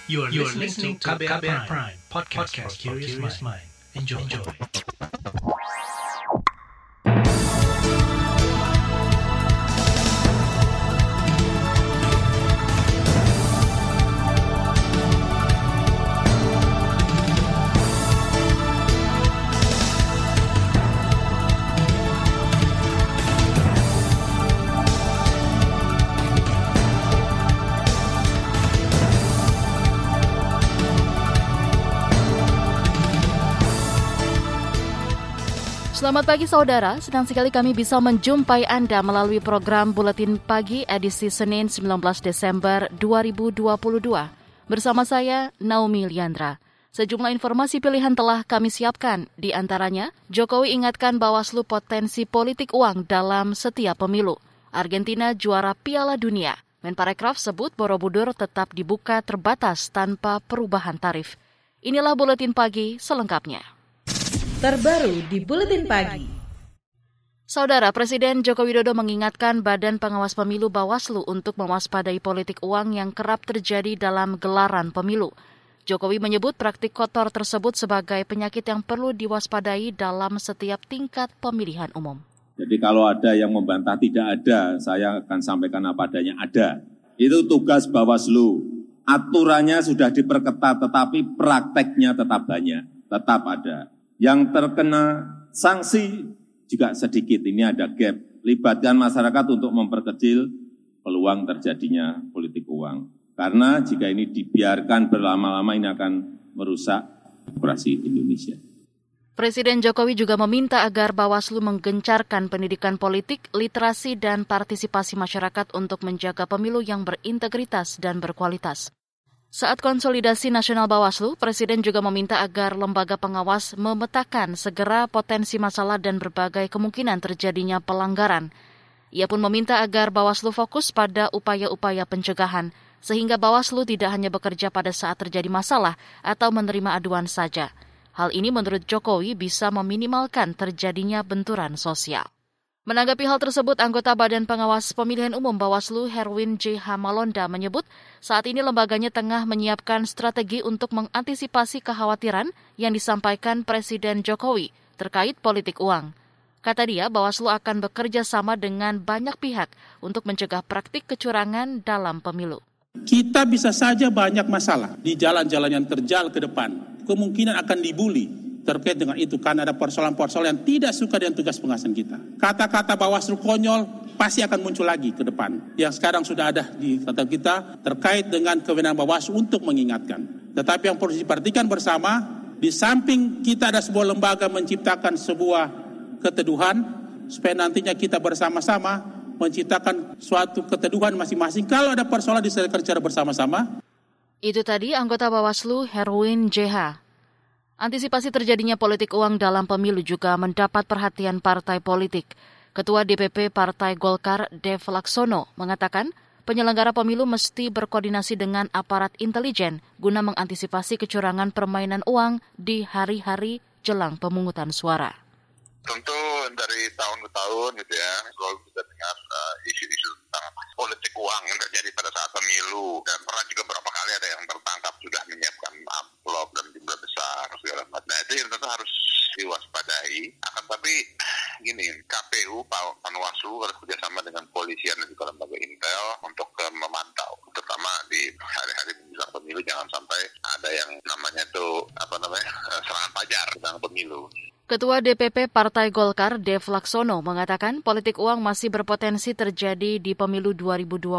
You are listening to KBR Prime, podcast for curious mind. Enjoy. Selamat pagi saudara, senang sekali kami bisa menjumpai Anda melalui program Buletin Pagi edisi Senin 19 Desember 2022. Bersama saya, Naomi Liandra. Sejumlah informasi pilihan telah kami siapkan, di antaranya Jokowi ingatkan Bawaslu potensi politik uang dalam setiap pemilu. Argentina juara Piala Dunia. Menparekraf sebut Borobudur tetap dibuka terbatas tanpa perubahan tarif. Inilah Buletin Pagi selengkapnya. Terbaru di Buletin Pagi. Saudara, Presiden Joko Widodo mengingatkan Badan Pengawas Pemilu Bawaslu untuk mewaspadai politik uang yang kerap terjadi dalam gelaran pemilu. Jokowi menyebut praktik kotor tersebut sebagai penyakit yang perlu diwaspadai dalam setiap tingkat pemilihan umum. Jadi kalau ada yang membantah tidak ada, saya akan sampaikan apa adanya ada. Itu tugas Bawaslu. Aturannya sudah diperketat, tetapi prakteknya tetap banyak, tetap ada. Yang terkena sanksi juga sedikit, ini ada gap. Libatkan masyarakat untuk memperkecil peluang terjadinya politik uang. Karena jika ini dibiarkan berlama-lama ini akan merusak demokrasi Indonesia. Presiden Jokowi juga meminta agar Bawaslu menggencarkan pendidikan politik, literasi, dan partisipasi masyarakat untuk menjaga pemilu yang berintegritas dan berkualitas. Saat konsolidasi nasional Bawaslu, Presiden juga meminta agar lembaga pengawas memetakan segera potensi masalah dan berbagai kemungkinan terjadinya pelanggaran. Ia pun meminta agar Bawaslu fokus pada upaya-upaya pencegahan, sehingga Bawaslu tidak hanya bekerja pada saat terjadi masalah atau menerima aduan saja. Hal ini menurut Jokowi bisa meminimalkan terjadinya benturan sosial. Menanggapi hal tersebut, anggota Badan Pengawas Pemilihan Umum Bawaslu Herwin J. Hamalonda menyebut saat ini lembaganya tengah menyiapkan strategi untuk mengantisipasi kekhawatiran yang disampaikan Presiden Jokowi terkait politik uang. Kata dia, Bawaslu akan bekerja sama dengan banyak pihak untuk mencegah praktik kecurangan dalam pemilu. Kita bisa saja banyak masalah di jalan-jalan yang terjal ke depan. Kemungkinan akan dibully terkait dengan itu karena ada persoalan-persoalan yang tidak suka dengan tugas pengawasan kita. Kata-kata Bawaslu konyol pasti akan muncul lagi ke depan. Yang sekarang sudah ada di kata kita terkait dengan kewenangan Bawaslu untuk mengingatkan. Tetapi yang perlu diperhatikan bersama, di samping kita ada sebuah lembaga menciptakan sebuah keteduhan, supaya nantinya kita bersama-sama menciptakan suatu keteduhan masing-masing. Kalau ada persoalan diselesaikan secara bersama-sama. Itu tadi anggota Bawaslu Herwin JH. Antisipasi terjadinya politik uang dalam pemilu juga mendapat perhatian partai politik. Ketua DPP Partai Golkar Dev Laksono mengatakan penyelenggara pemilu mesti berkoordinasi dengan aparat intelijen guna mengantisipasi kecurangan permainan uang di hari-hari jelang pemungutan suara. Tentu dari tahun ke tahun gitu ya, selalu kita dengar isu-isu tentang politik uang yang terjadi pada saat pemilu, dan pernah juga beberapa kali ada yang tertangkap sudah menyiapkan amplop dan jumlah besar segala macam. Nah itu yang tentu harus diwaspadai. Akan tapi gini, KPU, Panwaslu harus kerjasama dengan polisian dan juga lembaga intel untuk memantau, terutama di hari-hari menjelang pemilu jangan sampai ada yang namanya itu serangan fajar tentang pemilu. Ketua DPP Partai Golkar Dev Laksono mengatakan politik uang masih berpotensi terjadi di pemilu 2024.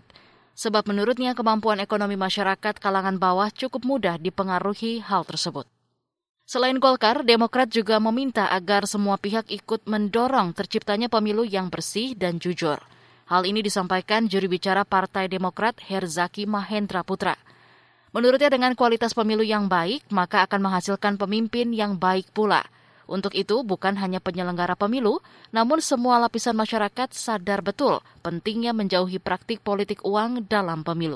Sebab menurutnya kemampuan ekonomi masyarakat kalangan bawah cukup mudah dipengaruhi hal tersebut. Selain Golkar, Demokrat juga meminta agar semua pihak ikut mendorong terciptanya pemilu yang bersih dan jujur. Hal ini disampaikan juru bicara Partai Demokrat Herzaki Mahendra Putra. Menurutnya dengan kualitas pemilu yang baik, maka akan menghasilkan pemimpin yang baik pula. Untuk itu, bukan hanya penyelenggara pemilu, namun semua lapisan masyarakat sadar betul pentingnya menjauhi praktik politik uang dalam pemilu.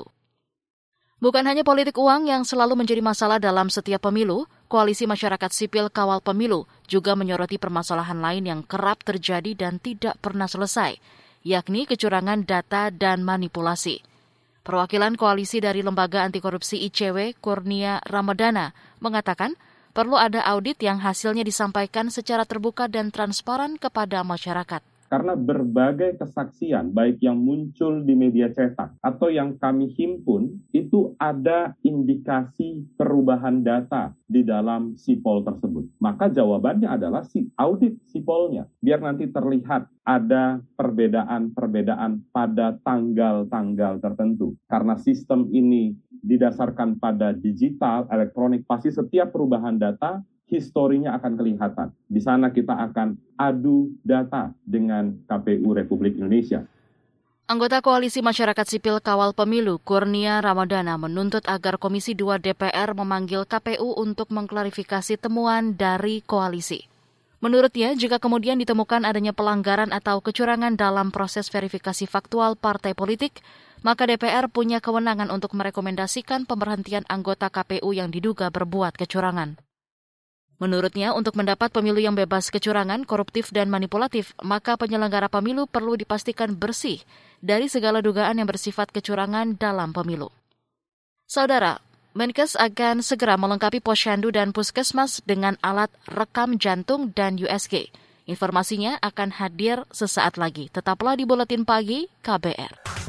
Bukan hanya politik uang yang selalu menjadi masalah dalam setiap pemilu, Koalisi Masyarakat Sipil Kawal Pemilu juga menyoroti permasalahan lain yang kerap terjadi dan tidak pernah selesai, yakni kecurangan data dan manipulasi. Perwakilan koalisi dari Lembaga Anti Korupsi ICW, Kurnia Ramadana, mengatakan perlu ada audit yang hasilnya disampaikan secara terbuka dan transparan kepada masyarakat. Karena berbagai kesaksian, baik yang muncul di media cetak atau yang kami himpun, itu ada indikasi perubahan data di dalam sipol tersebut. Maka jawabannya adalah audit sipolnya, biar nanti terlihat ada perbedaan-perbedaan pada tanggal-tanggal tertentu. Karena sistem ini didasarkan pada digital, elektronik, pasti setiap perubahan data historinya akan kelihatan. Di sana kita akan adu data dengan KPU Republik Indonesia. Anggota Koalisi Masyarakat Sipil Kawal Pemilu, Kurnia Ramadana, menuntut agar Komisi 2 DPR memanggil KPU untuk mengklarifikasi temuan dari koalisi. Menurutnya, jika kemudian ditemukan adanya pelanggaran atau kecurangan dalam proses verifikasi faktual partai politik, maka DPR punya kewenangan untuk merekomendasikan pemberhentian anggota KPU yang diduga berbuat kecurangan. Menurutnya, untuk mendapat pemilu yang bebas kecurangan, koruptif, dan manipulatif, maka penyelenggara pemilu perlu dipastikan bersih dari segala dugaan yang bersifat kecurangan dalam pemilu. Saudara, Menkes akan segera melengkapi posyandu dan puskesmas dengan alat rekam jantung dan USG. Informasinya akan hadir sesaat lagi. Tetaplah di Buletin Pagi KBR.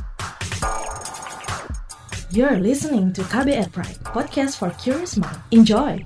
You're listening to KBR Pride, podcast for curious mind. Enjoy!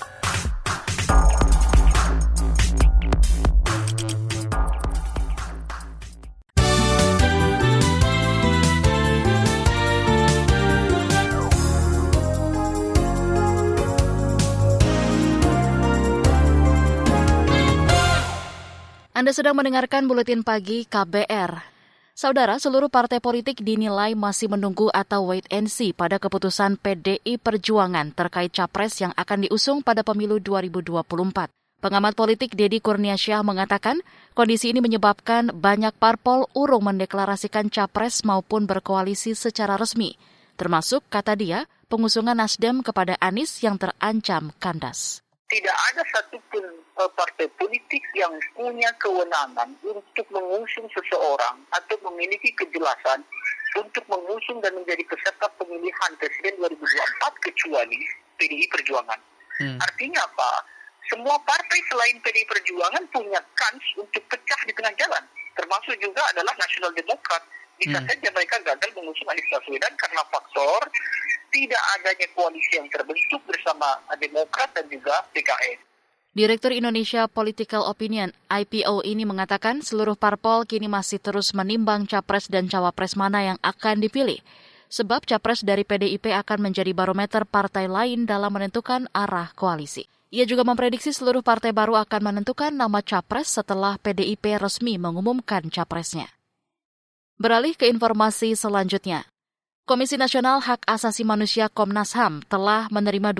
Anda sedang mendengarkan Buletin Pagi KBR. Saudara, seluruh partai politik dinilai masih menunggu atau wait and see pada keputusan PDI Perjuangan terkait capres yang akan diusung pada pemilu 2024. Pengamat politik Deddy Kurniasyah mengatakan, kondisi ini menyebabkan banyak parpol urung mendeklarasikan capres maupun berkoalisi secara resmi. Termasuk, kata dia, pengusungan Nasdem kepada Anies yang terancam kandas. Tidak ada satupun partai politik yang punya kewenangan untuk mengusung seseorang atau memiliki kejelasan untuk mengusung dan menjadi peserta pemilihan Presiden 2024 kecuali PDI Perjuangan. Artinya apa? Semua partai selain PDI Perjuangan punya kans untuk pecah di tengah jalan. Termasuk juga adalah Nasional Demokrat. Bisa saja mereka gagal mengusung Anies Baswedan karena faktor tidak adanya koalisi yang terbentuk bersama Demokrat dan juga PKS. Direktur Indonesia Political Opinion (IPO) ini mengatakan seluruh parpol kini masih terus menimbang capres dan cawapres mana yang akan dipilih. Sebab capres dari PDIP akan menjadi barometer partai lain dalam menentukan arah koalisi. Ia juga memprediksi seluruh partai baru akan menentukan nama capres setelah PDIP resmi mengumumkan capresnya. Beralih ke informasi selanjutnya. Komisi Nasional Hak Asasi Manusia Komnas HAM telah menerima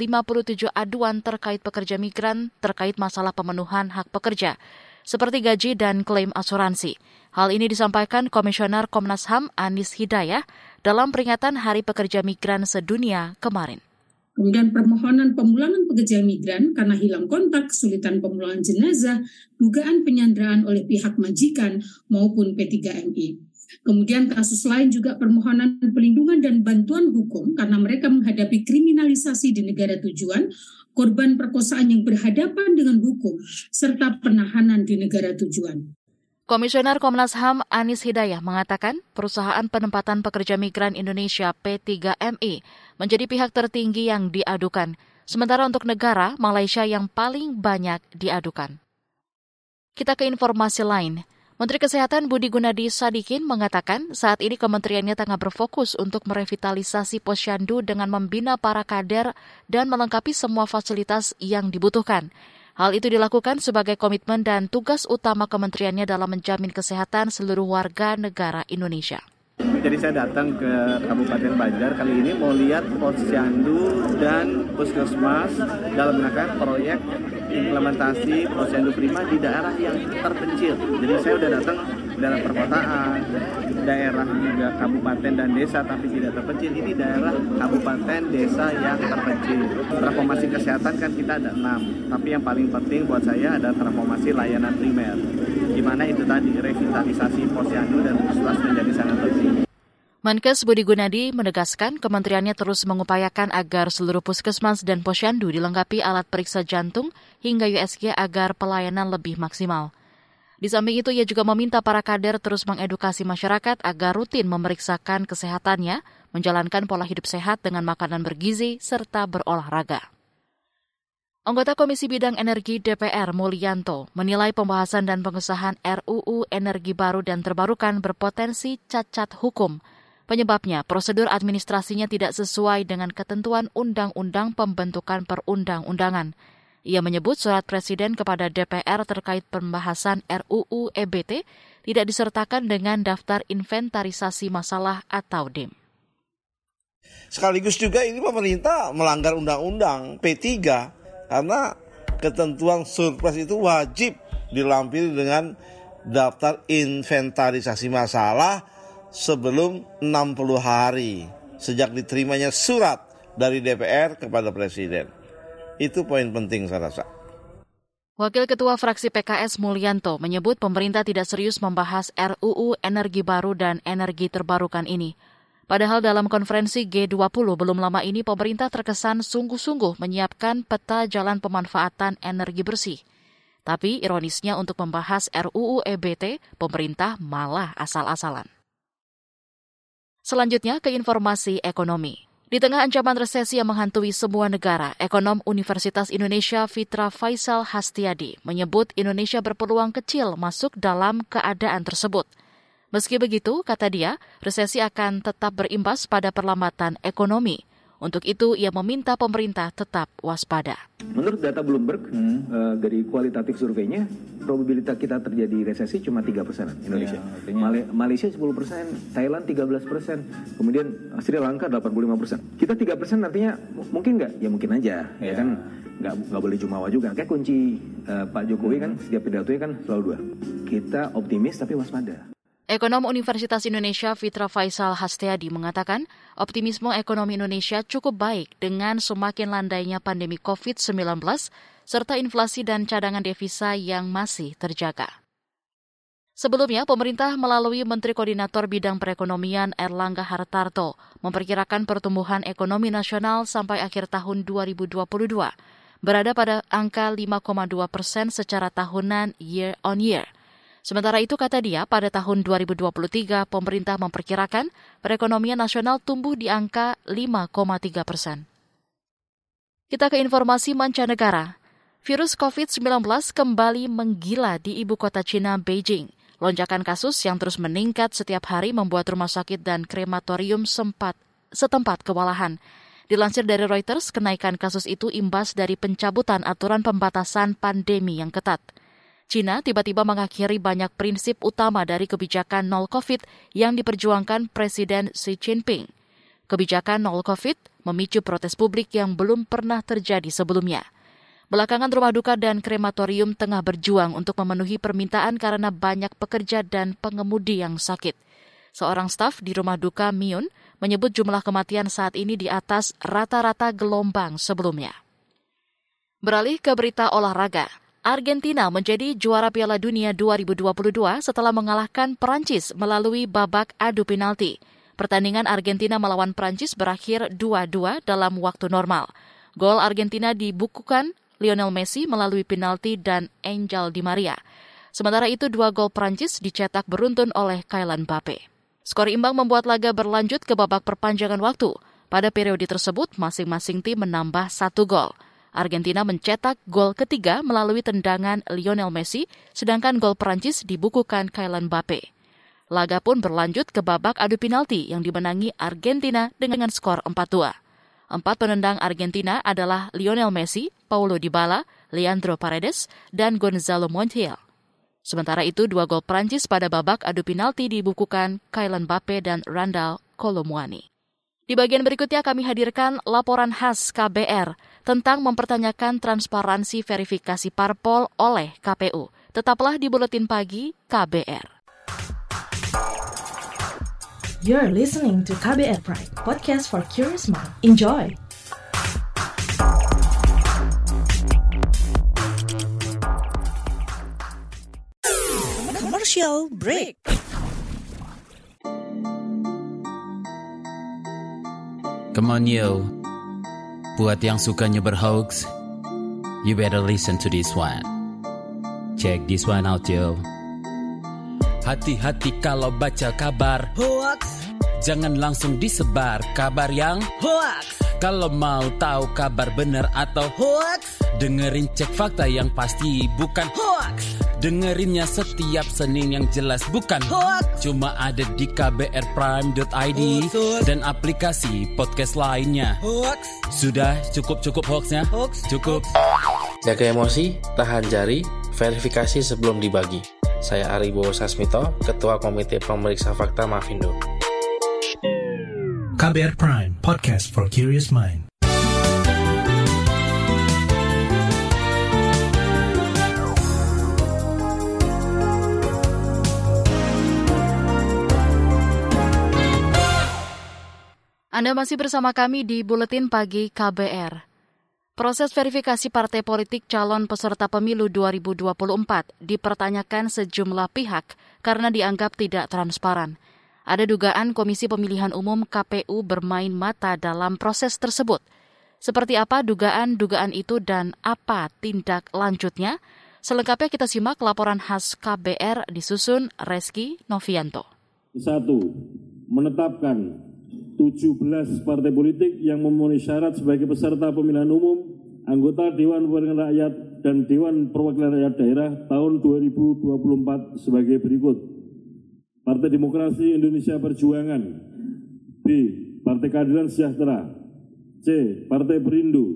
257 aduan terkait pekerja migran terkait masalah pemenuhan hak pekerja, seperti gaji dan klaim asuransi. Hal ini disampaikan Komisioner Komnas HAM Anis Hidayah dalam peringatan Hari Pekerja Migran Sedunia kemarin. Kemudian permohonan pemulangan pekerja migran karena hilang kontak, kesulitan pemulangan jenazah, dugaan penyanderaan oleh pihak majikan maupun P3MI. Kemudian kasus lain juga permohonan pelindungan dan bantuan hukum karena mereka menghadapi kriminalisasi di negara tujuan, korban perkosaan yang berhadapan dengan hukum, serta penahanan di negara tujuan. Komisioner Komnas HAM Anis Hidayah mengatakan perusahaan penempatan pekerja migran Indonesia P3MI menjadi pihak tertinggi yang diadukan, sementara untuk negara Malaysia yang paling banyak diadukan. Kita ke informasi lain. Menteri Kesehatan Budi Gunadi Sadikin mengatakan saat ini kementeriannya tengah berfokus untuk merevitalisasi posyandu dengan membina para kader dan melengkapi semua fasilitas yang dibutuhkan. Hal itu dilakukan sebagai komitmen dan tugas utama kementeriannya dalam menjamin kesehatan seluruh warga negara Indonesia. Jadi saya datang ke Kabupaten Banjar kali ini mau lihat posyandu dan puskesmas dalam rangka proyek implementasi posyandu prima di daerah yang terpencil. Jadi saya sudah datang daerah perkotaan, daerah juga kabupaten dan desa tapi tidak terpencil. Ini daerah kabupaten desa yang terpencil. Transformasi kesehatan kan kita ada 6, tapi yang paling penting buat saya ada transformasi layanan primer. Di mana itu tadi revitalisasi posyandu dan puskesmas menjadi sangat penting. Menkes Budi Gunadi menegaskan kementeriannya terus mengupayakan agar seluruh puskesmas dan posyandu dilengkapi alat periksa jantung hingga USG agar pelayanan lebih maksimal. Di samping itu, ia juga meminta para kader terus mengedukasi masyarakat agar rutin memeriksakan kesehatannya, menjalankan pola hidup sehat dengan makanan bergizi, serta berolahraga. Anggota Komisi Bidang Energi DPR Mulyanto menilai pembahasan dan pengesahan RUU Energi Baru dan Terbarukan berpotensi cacat hukum. Penyebabnya, prosedur administrasinya tidak sesuai dengan ketentuan Undang-Undang Pembentukan Perundang-Undangan. Ia menyebut surat Presiden kepada DPR terkait pembahasan RUU EBT tidak disertakan dengan daftar inventarisasi masalah atau DIM. Sekaligus juga ini pemerintah melanggar undang-undang P3 karena ketentuan surpres itu wajib dilampiri dengan daftar inventarisasi masalah sebelum 60 hari sejak diterimanya surat dari DPR kepada Presiden. Itu poin penting saya rasa. Wakil Ketua Fraksi PKS Mulyanto menyebut pemerintah tidak serius membahas RUU Energi Baru dan Energi Terbarukan ini. Padahal dalam konferensi G20 belum lama ini pemerintah terkesan sungguh-sungguh menyiapkan peta jalan pemanfaatan energi bersih. Tapi ironisnya untuk membahas RUU EBT, pemerintah malah asal-asalan. Selanjutnya ke informasi ekonomi. Di tengah ancaman resesi yang menghantui semua negara, ekonom Universitas Indonesia Fitra Faisal Hastiadi menyebut Indonesia berpeluang kecil masuk dalam keadaan tersebut. Meski begitu, kata dia, resesi akan tetap berimbas pada perlambatan ekonomi. Untuk itu, ia meminta pemerintah tetap waspada. Menurut data Bloomberg, dari kualitatif surveinya, probabilitas kita terjadi resesi cuma 3% Indonesia. Ya, Malaysia 10%, Thailand 13%, kemudian Sri Lanka 85%. Kita 3% artinya mungkin nggak? Ya mungkin aja, ya kan nggak boleh jumawa juga. Kayak kunci Pak Jokowi kan setiap pidatonya kan selalu 2. Kita optimis tapi waspada. Ekonom Universitas Indonesia Fitra Faisal Hastiadi mengatakan optimisme ekonomi Indonesia cukup baik dengan semakin landainya pandemi COVID-19 serta inflasi dan cadangan devisa yang masih terjaga. Sebelumnya, pemerintah melalui Menteri Koordinator Bidang Perekonomian Erlangga Hartarto memperkirakan pertumbuhan ekonomi nasional sampai akhir tahun 2022 berada pada angka 5,2% secara tahunan year on year. Sementara itu, kata dia, pada tahun 2023 pemerintah memperkirakan perekonomian nasional tumbuh di angka 5,3%. Kita ke informasi mancanegara. Virus COVID-19 kembali menggila di ibu kota Cina, Beijing. Lonjakan kasus yang terus meningkat setiap hari membuat rumah sakit dan krematorium setempat kewalahan. Dilansir dari Reuters, kenaikan kasus itu imbas dari pencabutan aturan pembatasan pandemi yang ketat. China tiba-tiba mengakhiri banyak prinsip utama dari kebijakan nol COVID yang diperjuangkan Presiden Xi Jinping. Kebijakan nol COVID memicu protes publik yang belum pernah terjadi sebelumnya. Belakangan rumah duka dan krematorium tengah berjuang untuk memenuhi permintaan karena banyak pekerja dan pengemudi yang sakit. Seorang staf di rumah duka Myun menyebut jumlah kematian saat ini di atas rata-rata gelombang sebelumnya. Beralih ke berita olahraga. Argentina menjadi juara Piala Dunia 2022 setelah mengalahkan Prancis melalui babak adu penalti. Pertandingan Argentina melawan Prancis berakhir 2-2 dalam waktu normal. Gol Argentina dibukukan Lionel Messi melalui penalti dan Angel Di Maria. Sementara itu 2 gol Prancis dicetak beruntun oleh Kylian Mbappe. Skor imbang membuat laga berlanjut ke babak perpanjangan waktu. Pada periode tersebut masing-masing tim menambah 1 gol. Argentina mencetak gol ketiga melalui tendangan Lionel Messi, sedangkan gol Prancis dibukukan Kylian Mbappe. Laga pun berlanjut ke babak adu penalti yang dimenangi Argentina dengan skor 4-2. 4 penendang Argentina adalah Lionel Messi, Paulo Dybala, Leandro Paredes, dan Gonzalo Montiel. Sementara itu, 2 gol Prancis pada babak adu penalti dibukukan Kylian Mbappe dan Randal Kolo Muani. Di bagian berikutnya kami hadirkan laporan khas KBR tentang mempertanyakan transparansi verifikasi parpol oleh KPU. Tetaplah di Buletin Pagi KBR. You're listening to KBR Pride, podcast for curious mind. Enjoy! Commercial break. Come on yo, buat yang sukanya berhoax, you better listen to this one. Check this one out yo. Hati-hati kalau baca kabar hoax, jangan langsung disebar kabar yang hoax. Kalau mau tahu kabar benar atau hoax, dengerin cek fakta yang pasti bukan hoax. Dengerinnya setiap Senin yang jelas bukan hoax. Cuma ada di kbrprime.id dan aplikasi podcast lainnya. Hoax. Sudah cukup hoaxnya? Hoax. Cukup. Jaga emosi, tahan jari, verifikasi sebelum dibagi. Saya Aribo Sasmito, Ketua Komite Pemeriksa Fakta Mafindo. KBR Prime, podcast for curious mind. Anda masih bersama kami di Buletin Pagi KBR. Proses verifikasi partai politik calon peserta pemilu 2024 dipertanyakan sejumlah pihak karena dianggap tidak transparan. Ada dugaan Komisi Pemilihan Umum KPU bermain mata dalam proses tersebut. Seperti apa dugaan itu dan apa tindak lanjutnya? Selengkapnya kita simak laporan khas KBR disusun Reski Novianto. 1. Menetapkan 17 partai politik yang memenuhi syarat sebagai peserta pemilihan umum, anggota Dewan Perwakilan Rakyat dan Dewan Perwakilan Rakyat Daerah tahun 2024 sebagai berikut. Partai Demokrasi Indonesia Perjuangan. B. Partai Keadilan Sejahtera. C. Partai Perindo.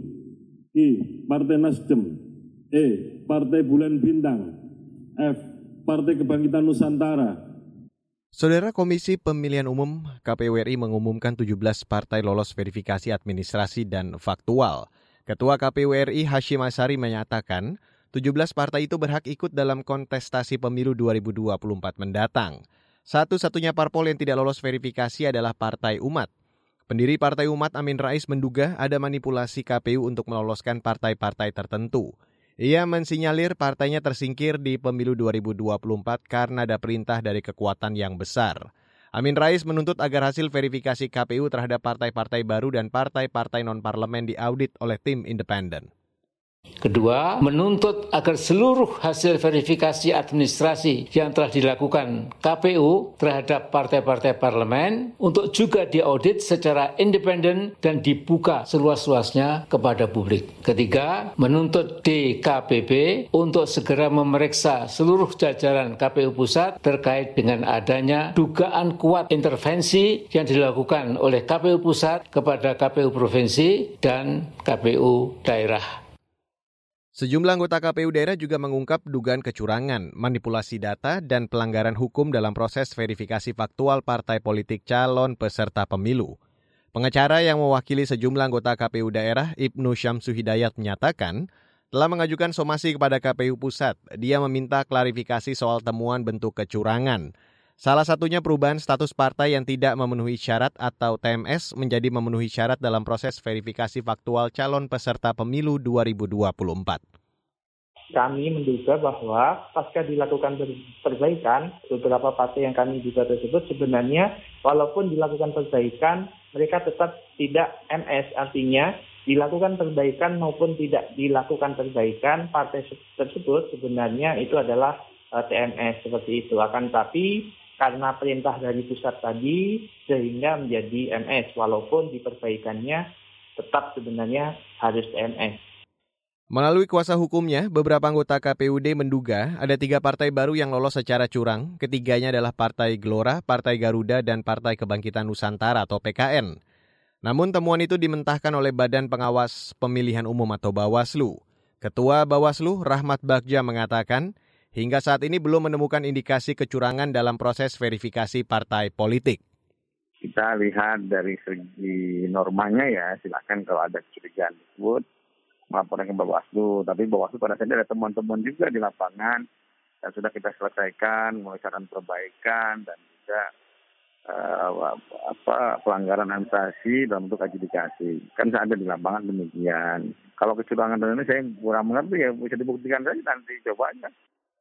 I. Partai Nasdem. E. Partai Bulan Bintang. F. Partai Kebangkitan Nusantara. Saudara, Komisi Pemilihan Umum KPU RI mengumumkan 17 partai lolos verifikasi administrasi dan faktual. Ketua KPU RI Hashim Asyari menyatakan 17 partai itu berhak ikut dalam kontestasi pemilu 2024 mendatang. Satu-satunya parpol yang tidak lolos verifikasi adalah Partai Umat. Pendiri Partai Umat Amin Rais menduga ada manipulasi KPU untuk meloloskan partai-partai tertentu. Ia mensinyalir partainya tersingkir di pemilu 2024 karena ada perintah dari kekuatan yang besar. Amin Rais menuntut agar hasil verifikasi KPU terhadap partai-partai baru dan partai-partai non-parlemen diaudit oleh tim independen. Kedua, menuntut agar seluruh hasil verifikasi administrasi yang telah dilakukan KPU terhadap partai-partai parlemen untuk juga diaudit secara independen dan dibuka seluas-luasnya kepada publik. Ketiga, menuntut DKPP untuk segera memeriksa seluruh jajaran KPU pusat terkait dengan adanya dugaan kuat intervensi yang dilakukan oleh KPU pusat kepada KPU provinsi dan KPU daerah. Sejumlah anggota KPU daerah juga mengungkap dugaan kecurangan, manipulasi data, dan pelanggaran hukum dalam proses verifikasi faktual partai politik calon peserta pemilu. Pengacara yang mewakili sejumlah anggota KPU daerah, Ibnu Syamsu Hidayat, menyatakan telah mengajukan somasi kepada KPU pusat. Dia meminta klarifikasi soal temuan bentuk kecurangan. Salah satunya perubahan status partai yang tidak memenuhi syarat atau TMS menjadi memenuhi syarat dalam proses verifikasi faktual calon peserta pemilu 2024. Kami menduga bahwa pasca dilakukan perbaikan, beberapa partai yang kami duga tersebut sebenarnya walaupun dilakukan perbaikan, mereka tetap tidak MS, artinya dilakukan perbaikan maupun tidak dilakukan perbaikan, partai tersebut sebenarnya itu adalah TMS seperti itu. Akan tapi karena perintah dari pusat tadi sehingga menjadi MS walaupun di perbaikannya tetap sebenarnya harus TMS. Melalui kuasa hukumnya, beberapa anggota KPUD menduga ada 3 partai baru yang lolos secara curang. Ketiganya adalah Partai Gelora, Partai Garuda, dan Partai Kebangkitan Nusantara atau PKN. Namun temuan itu dimentahkan oleh Badan Pengawas Pemilihan Umum atau Bawaslu. Ketua Bawaslu Rahmat Bagja mengatakan, hingga saat ini belum menemukan indikasi kecurangan dalam proses verifikasi partai politik. Kita lihat dari segi normanya ya, silakan kalau ada kecurigaan tersebut melaporkan ke Bawaslu. Tapi Bawaslu pada saat ada temuan-temuan juga di lapangan yang sudah kita selesaikan, mulai saran perbaikan dan juga pelanggaran administrasi dalam bentuk adjudikasi. Kan ada di lapangan demikian. Kalau kecurangan ini saya kurang mengerti ya, bisa dibuktikan saja nanti coba aja.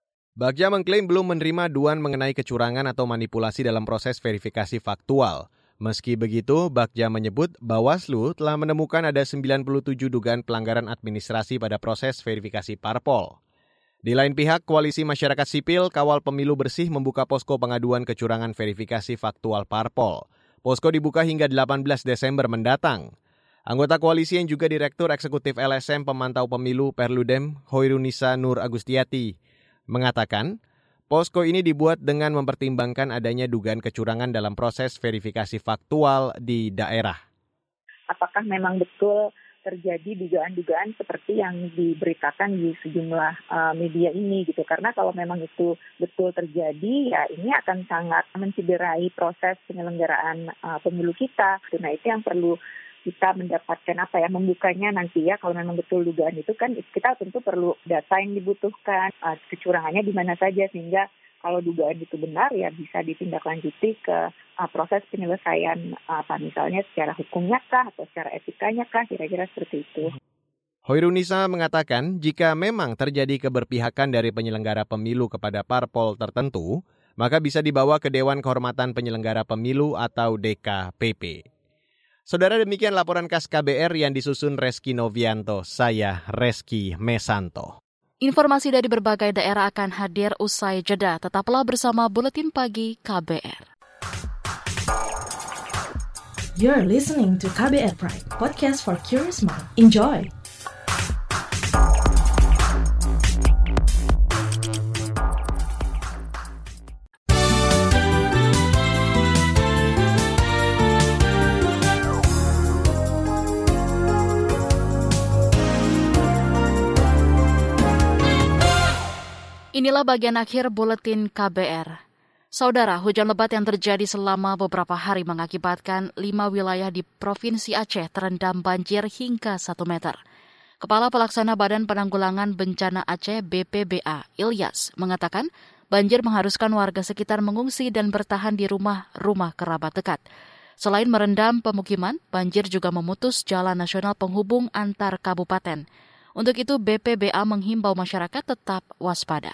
Bagja mengklaim belum menerima aduan mengenai kecurangan atau manipulasi dalam proses verifikasi faktual. Meski begitu, Bagja menyebut Bawaslu telah menemukan ada 97 dugaan pelanggaran administrasi pada proses verifikasi parpol. Di lain pihak, Koalisi Masyarakat Sipil Kawal Pemilu Bersih membuka posko pengaduan kecurangan verifikasi faktual parpol. Posko dibuka hingga 18 Desember mendatang. Anggota koalisi yang juga Direktur Eksekutif LSM Pemantau Pemilu Perludem, Hoirunisa Nur Agustiati, mengatakan, posko ini dibuat dengan mempertimbangkan adanya dugaan kecurangan dalam proses verifikasi faktual di daerah. Apakah memang betul terjadi dugaan-dugaan seperti yang diberitakan di sejumlah media ini gitu? Karena kalau memang itu betul terjadi, ya ini akan sangat mencederai proses penyelenggaraan pemilu kita. Nah itu yang perlu kita mendapatkan membukanya nanti ya. Kalau memang betul dugaan itu kan kita tentu perlu data yang dibutuhkan, kecurangannya di mana saja, sehingga kalau dugaan itu benar ya bisa ditindaklanjuti ke proses penyelesaian misalnya secara hukumnya kah atau secara etikanya kah, kira-kira seperti itu. Hoirunisa mengatakan jika memang terjadi keberpihakan dari penyelenggara pemilu kepada parpol tertentu, maka bisa dibawa ke Dewan Kehormatan Penyelenggara Pemilu atau DKPP. Saudara, demikian laporan khas KBR yang disusun Reski Novianto. Saya Reski Mesanto. Informasi dari berbagai daerah akan hadir usai jeda. Tetaplah bersama Buletin Pagi KBR. You're listening to KBR Pride, podcast for curious mind. Enjoy! Inilah bagian akhir Buletin KBR. Saudara, hujan lebat yang terjadi selama beberapa hari mengakibatkan 5 wilayah di Provinsi Aceh terendam banjir hingga 1 meter. Kepala Pelaksana Badan Penanggulangan Bencana Aceh BPBA, Ilyas, mengatakan banjir mengharuskan warga sekitar mengungsi dan bertahan di rumah-rumah kerabat dekat. Selain merendam pemukiman, banjir juga memutus jalan nasional penghubung antar kabupaten. Untuk itu, BPBA menghimbau masyarakat tetap waspada.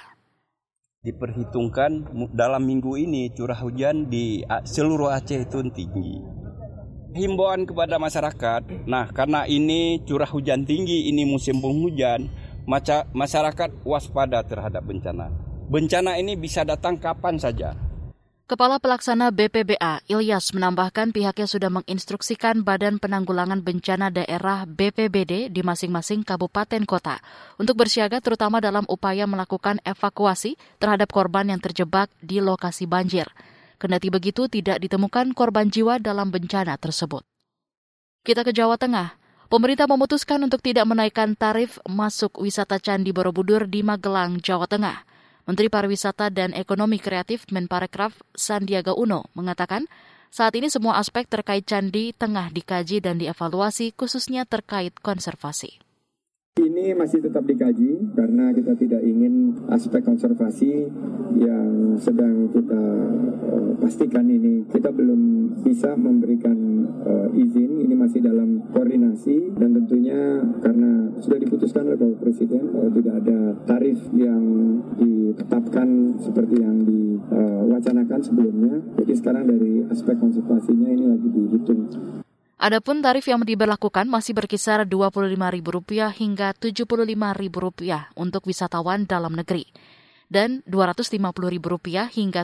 Diperhitungkan dalam minggu ini curah hujan di seluruh Aceh itu tinggi. Himbauan kepada masyarakat, karena ini curah hujan tinggi, ini musim penghujan, masyarakat waspada terhadap bencana. Bencana ini bisa datang kapan saja. Kepala Pelaksana BPBA, Ilyas, menambahkan pihaknya sudah menginstruksikan Badan Penanggulangan Bencana Daerah BPBD di masing-masing kabupaten kota untuk bersiaga terutama dalam upaya melakukan evakuasi terhadap korban yang terjebak di lokasi banjir. Kendati begitu, tidak ditemukan korban jiwa dalam bencana tersebut. Kita ke Jawa Tengah. Pemerintah memutuskan untuk tidak menaikkan tarif masuk wisata Candi Borobudur di Magelang, Jawa Tengah. Menteri Pariwisata dan Ekonomi Kreatif Menparekraf Sandiaga Uno mengatakan saat ini semua aspek terkait candi tengah dikaji dan dievaluasi khususnya terkait konservasi. Ini masih tetap dikaji karena kita tidak ingin aspek konservasi yang sedang kita pastikan ini. Kita belum bisa memberikan izin, ini masih dalam koordinasi dan tentunya karena sudah diputuskan oleh Bapak Presiden tidak ada tarif yang ditetapkan seperti yang diwacanakan sebelumnya. Jadi sekarang dari aspek konservasinya ini lagi dihitung. Adapun tarif yang diberlakukan masih berkisar Rp25.000 hingga Rp75.000 untuk wisatawan dalam negeri dan Rp250.000 hingga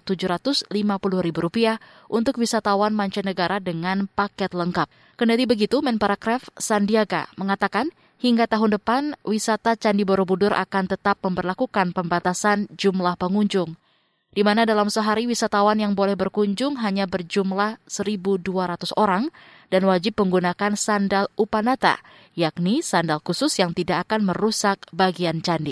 Rp750.000 untuk wisatawan mancanegara dengan paket lengkap. Kendati begitu, Menparekraf Sandiaga mengatakan hingga tahun depan wisata Candi Borobudur akan tetap memberlakukan pembatasan jumlah pengunjung, di mana dalam sehari wisatawan yang boleh berkunjung hanya berjumlah 1.200 orang dan wajib menggunakan sandal upanata, yakni sandal khusus yang tidak akan merusak bagian candi.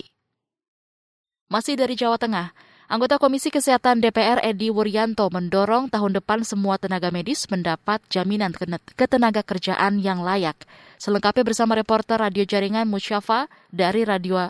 Masih dari Jawa Tengah, anggota Komisi Kesehatan DPR Edi Wuryanto mendorong tahun depan semua tenaga medis mendapat jaminan ketenagakerjaan yang layak. Selengkapnya bersama reporter Radio Jaringan Musyafa dari Radio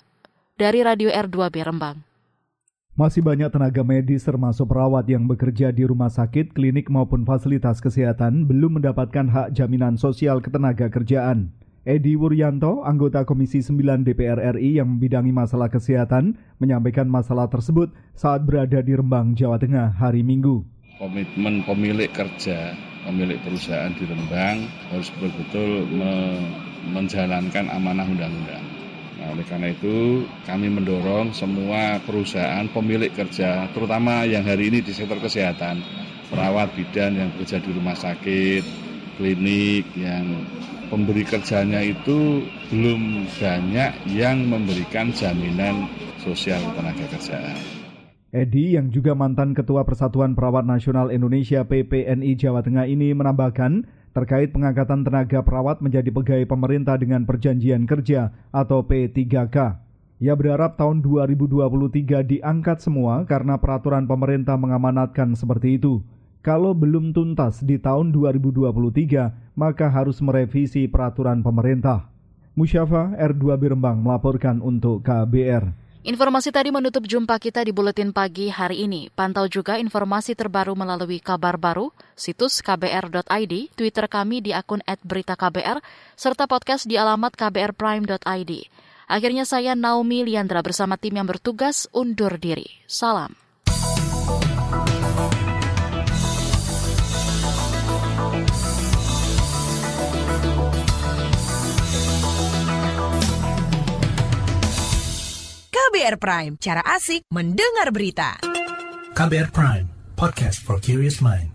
R2B Rembang. Masih banyak tenaga medis termasuk perawat yang bekerja di rumah sakit, klinik maupun fasilitas kesehatan belum mendapatkan hak jaminan sosial ketenagakerjaan. Edi Wuryanto, anggota Komisi 9 DPR RI yang membidangi masalah kesehatan, menyampaikan masalah tersebut saat berada di Rembang, Jawa Tengah hari Minggu. Komitmen pemilik kerja pemilik perusahaan di Rembang harus betul-betul menjalankan amanah undang-undang. Nah, oleh karena itu kami mendorong semua perusahaan pemilik kerja, terutama yang hari ini di sektor kesehatan, perawat bidan yang bekerja di rumah sakit, klinik, yang pemberi kerjanya itu belum banyak yang memberikan jaminan sosial tenaga kerjaan. Edi yang juga mantan Ketua Persatuan Perawat Nasional Indonesia PPNI Jawa Tengah ini menambahkan terkait pengangkatan tenaga perawat menjadi pegawai pemerintah dengan perjanjian kerja atau P3K. Ia berharap tahun 2023 diangkat semua karena peraturan pemerintah mengamanatkan seperti itu. Kalau belum tuntas di tahun 2023, maka harus merevisi peraturan pemerintah. Musyafa R2 Birembang melaporkan untuk KBR. Informasi tadi menutup jumpa kita di Buletin Pagi hari ini. Pantau juga informasi terbaru melalui kabar baru, situs kbr.id, Twitter kami di akun @beritaKBR, serta podcast di alamat kbrprime.id. Akhirnya saya Naomi Liandra bersama tim yang bertugas undur diri. Salam. KBR Prime, cara asik mendengar berita. KBR Prime, podcast for curious mind.